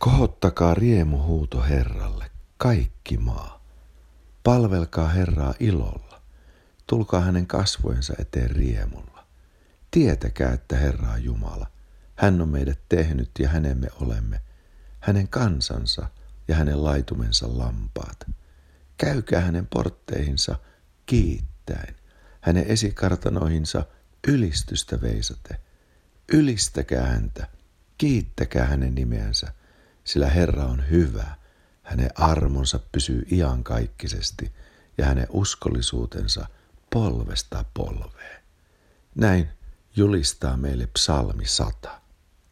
Kohottakaa riemuhuuto Herralle, kaikki maa. Palvelkaa Herraa ilolla. Tulkaa hänen kasvojensa eteen riemulla. Tietäkää, että Herra on Jumala. Hän on meidät tehnyt ja hänen me olemme. Hänen kansansa ja hänen laitumensa lampaat. Käykää hänen portteihinsa kiittäen. Hänen esikartanoihinsa ylistystä veisate. Ylistäkää häntä, kiittäkää hänen nimeänsä, sillä Herra on hyvä. Hänen armonsa pysyy iankaikkisesti ja hänen uskollisuutensa polvesta polveen. Näin julistaa meille psalmi 100.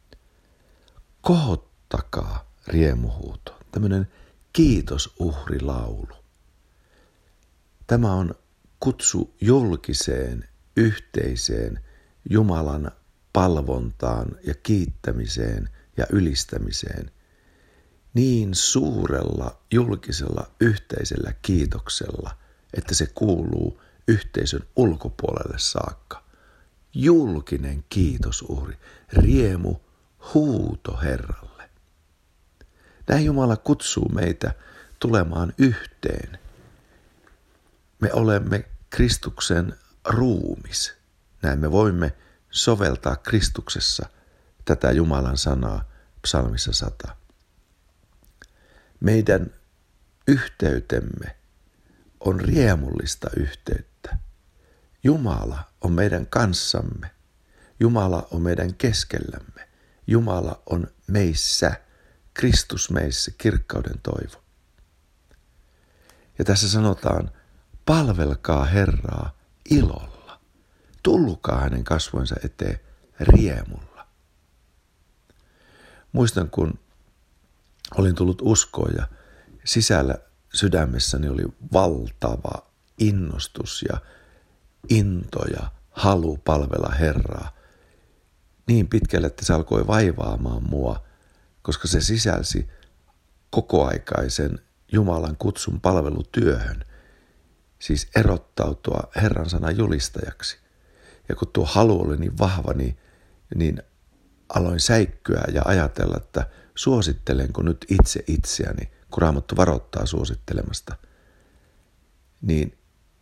Kohottakaa riemuhuuto, tämmöinen kiitosuhrilaulu. Tämä on kutsu julkiseen, yhteiseen Jumalan palvontaan ja kiittämiseen ja ylistämiseen niin suurella julkisella yhteisellä kiitoksella, että se kuuluu yhteisön ulkopuolelle saakka. Julkinen kiitosuhri, riemu, huuto Herralle. Näin Jumala kutsuu meitä tulemaan yhteen. Me olemme Kristuksen ruumis. Näin me voimme soveltaa Kristuksessa tätä Jumalan sanaa psalmissa 100. Meidän yhteytemme on riemullista yhteyttä. Jumala on meidän kanssamme. Jumala on meidän keskellämme. Jumala on meissä, Kristus meissä, kirkkauden toivo. Ja tässä sanotaan, palvelkaa Herraa ilolla. Tulkaa hänen kasvoinsa eteen riemulla. Muistan, kun olin tullut uskoon ja sisällä sydämessäni oli valtava innostus ja into ja halu palvella Herraa niin pitkälle, että se alkoi vaivaamaan mua, koska se sisälsi kokoaikaisen Jumalan kutsun palvelutyöhön, siis erottautua Herran sanan julistajaksi. Ja kun tuo halu oli niin vahva, niin aloin säikkyä ja ajatella, että suosittelenko nyt itse itseäni, kun Raamattu varoittaa suosittelemasta. Niin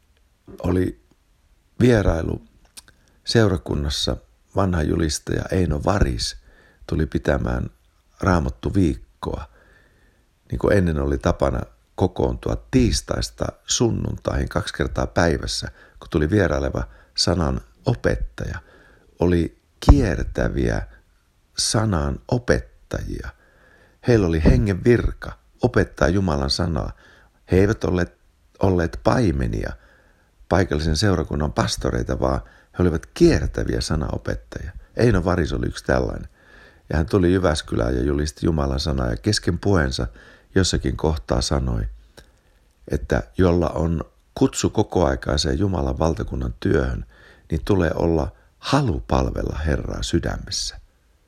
oli vierailu seurakunnassa, vanha julistaja Eino Varis tuli pitämään Raamattu viikkoa. Niin kuin ennen oli tapana kokoontua tiistaista sunnuntaihin 2 kertaa päivässä, kun tuli vieraileva sanan opettaja. Oli kiertäviä sanan opettajia. Heillä oli hengen virka opettaa Jumalan sanaa. He eivät olleet paimenia, paikallisen seurakunnan pastoreita, vaan he olivat kiertäviä sanaopettajia. Eino Varis oli yksi tällainen. Ja hän tuli Jyväskylään ja julisti Jumalan sanaa ja kesken puheensa jossakin kohtaa sanoi, että jolla on kutsu kokoaikaiseen Jumalan valtakunnan työhön, niin tulee olla halu palvella Herraa sydämessä.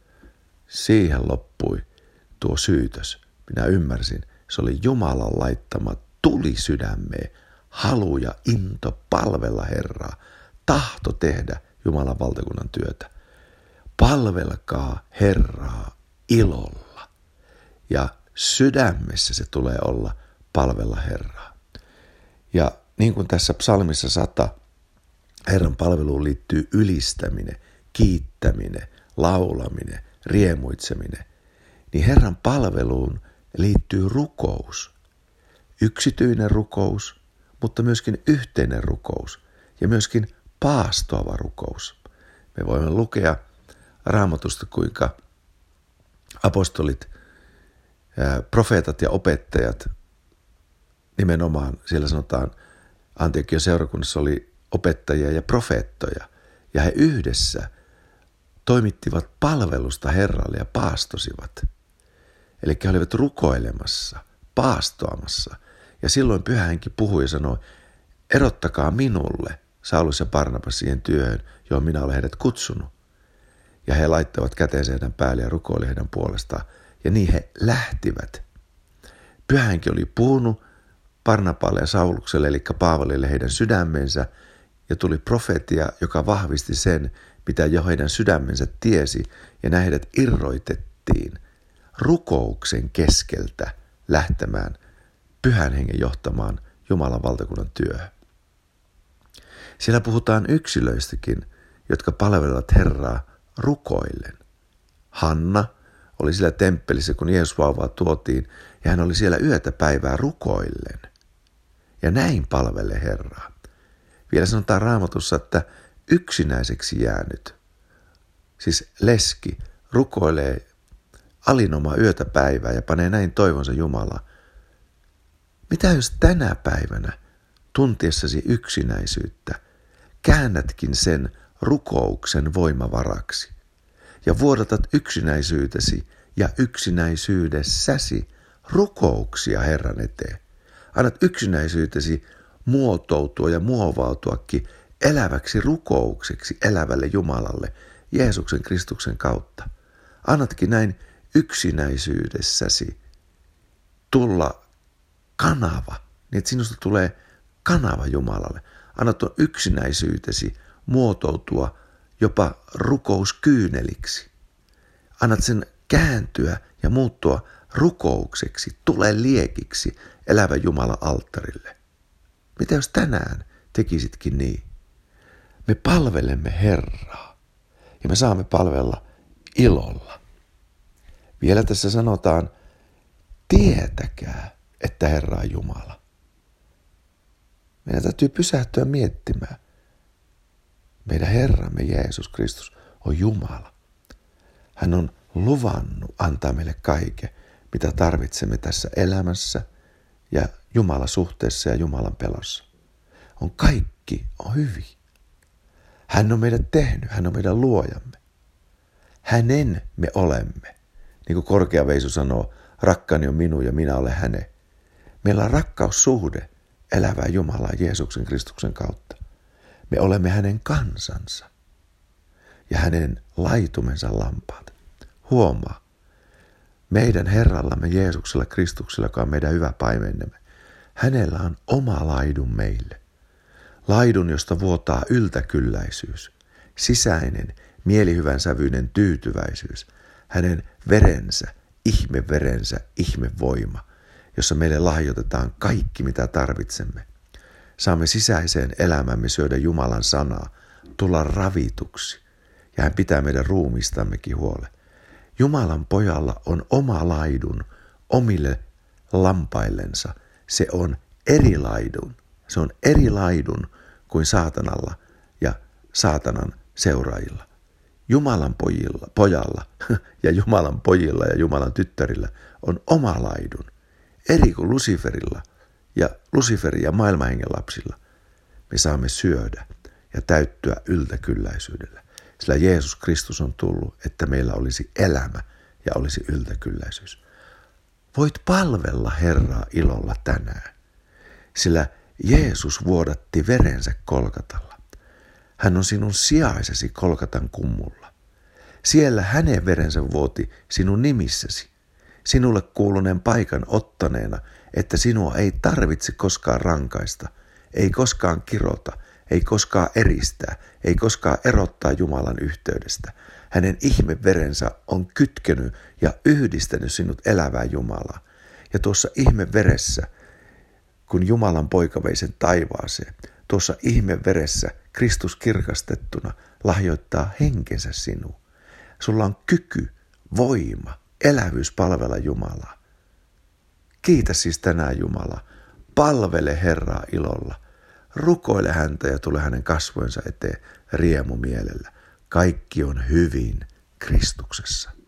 Siihen loppui tuo syytös. Minä ymmärsin, se oli Jumalan laittama tuli sydämeen, halu ja into palvella Herraa, tahto tehdä Jumalan valtakunnan työtä. Palvelkaa Herraa ilolla ja sydämessä se tulee olla palvella Herraa. Ja niin kuin tässä psalmissa 100, Herran palveluun liittyy ylistäminen, kiittäminen, laulaminen, riemuitseminen, niin Herran palveluun liittyy rukous. Yksityinen rukous, mutta myöskin yhteinen rukous ja myöskin paastoava rukous. Me voimme lukea Raamatusta, kuinka apostolit, profeetat ja opettajat, nimenomaan siellä sanotaan, Antiokian seurakunnassa oli opettajia ja profeettoja, ja he yhdessä toimittivat palvelusta Herralle ja paastosivat. Eli he olivat rukoilemassa, paastoamassa, ja silloin Pyhä Henki puhui ja sanoi, erottakaa minulle Saulus ja Barnabas siihen työhön, johon minä olen heidät kutsunut. Ja he laittavat käteensä heidän päälle ja rukoili heidän puolestaan. Ja niin he lähtivät. Pyhä Henki oli puhunut Barnaballe ja Saulukselle, eli Paavalille heidän sydämensä, ja tuli profeetia, joka vahvisti sen, mitä jo heidän sydämensä tiesi, ja näin heidät irroitettiin rukouksen keskeltä lähtemään Pyhän Hengen johtamaan Jumalan valtakunnan työhön. Siellä puhutaan yksilöistäkin, jotka palvelevat Herraa rukoillen. Hanna oli siellä temppelissä, kun Jeesus vauvaa tuotiin, ja hän oli siellä yötä päivää rukoillen. Ja näin palvelee Herraa. Vielä sanotaan Raamatussa, että yksinäiseksi jäänyt, siis leski, rukoilee alinomaa yötä päivää ja panee näin toivonsa Jumalaa. Mitä jos tänä päivänä, tuntiessasi yksinäisyyttä, käännätkin sen rukouksen voimavaraksi ja vuodatat yksinäisyytesi ja yksinäisyydessäsi rukouksia Herran eteen. Annat yksinäisyytesi muotoutua ja muovautuakin eläväksi rukoukseksi elävälle Jumalalle Jeesuksen Kristuksen kautta. Annatkin näin yksinäisyydessäsi tulla kanava, niin että sinusta tulee kanava Jumalalle. Annat tuon yksinäisyytesi muotoutua jopa rukouskyyneliksi. Annat sen kääntyä ja muuttua rukoukseksi, tule liekiksi elävän Jumalan alttarille. Mitä jos tänään tekisitkin niin? Me palvelemme Herraa ja me saamme palvella ilolla. Vielä tässä sanotaan, tietäkää, että Herra on Jumala. Meidän täytyy pysähtyä miettimään. Meidän Herramme Jeesus Kristus on Jumala. Hän on luvannut antaa meille kaiken, mitä tarvitsemme tässä elämässä ja Jumalan suhteessa ja Jumalan pelossa. Kaikki on hyvin. Hän on meidät tehnyt, hän on meidän luojamme. Hänen me olemme. Niin kuin korkea veisu sanoo, rakkaani on minun ja minä olen hänen. Meillä on rakkaussuhde elävää Jumalaa Jeesuksen Kristuksen kautta. Me olemme hänen kansansa ja hänen laitumensa lampaat. Huomaa, meidän Herrallamme Jeesuksella Kristuksella, joka on meidän hyvä paimenemme, hänellä on oma laidun meille. Laidun, josta vuotaa yltäkylläisyys, sisäinen, mielihyvän sävyinen tyytyväisyys, hänen verensä, ihmevoima, jossa meille lahjoitetaan kaikki, mitä tarvitsemme. Saamme sisäiseen elämämme syödä Jumalan sanaa, tulla ravituksi, ja hän pitää meidän ruumistammekin huolen. Jumalan pojalla on oma laidun omille lampaillensa. Se on eri laidun. Se on eri laidun kuin saatanalla ja saatanan seuraajilla. Jumalan pojalla ja Jumalan pojilla ja Jumalan tyttärillä on oma laidun. Eri kuin Luciferin ja maailmanhengen lapsilla. Me saamme syödä ja täyttyä yltäkylläisyydellä. Sillä Jeesus Kristus on tullut, että meillä olisi elämä ja olisi yltäkylläisyys. Voit palvella Herraa ilolla tänään, sillä Jeesus vuodatti verensä Kolkatalla. Hän on sinun sijaisesi Kolkatan kummulla. Siellä hänen verensä vuoti sinun nimissäsi, sinulle kuuluneen paikan ottaneena, että sinua ei tarvitse koskaan rankaista, ei koskaan kirota, ei koskaan eristää, ei koskaan erottaa Jumalan yhteydestä. Hänen ihmeverensä on kytkenyt ja yhdistänyt sinut elävään Jumalaa. Ja tuossa ihmeveressä, kun Jumalan poika vei sen taivaaseen, tuossa ihmeveressä Kristus kirkastettuna lahjoittaa henkensä sinuun. Sulla on kyky, voima, elävyys palvella Jumalaa. Kiitä siis tänään Jumalaa. Palvele Herraa ilolla. Rukoile häntä ja tule hänen kasvojensa eteen riemumielellä. Kaikki on hyvin Kristuksessa.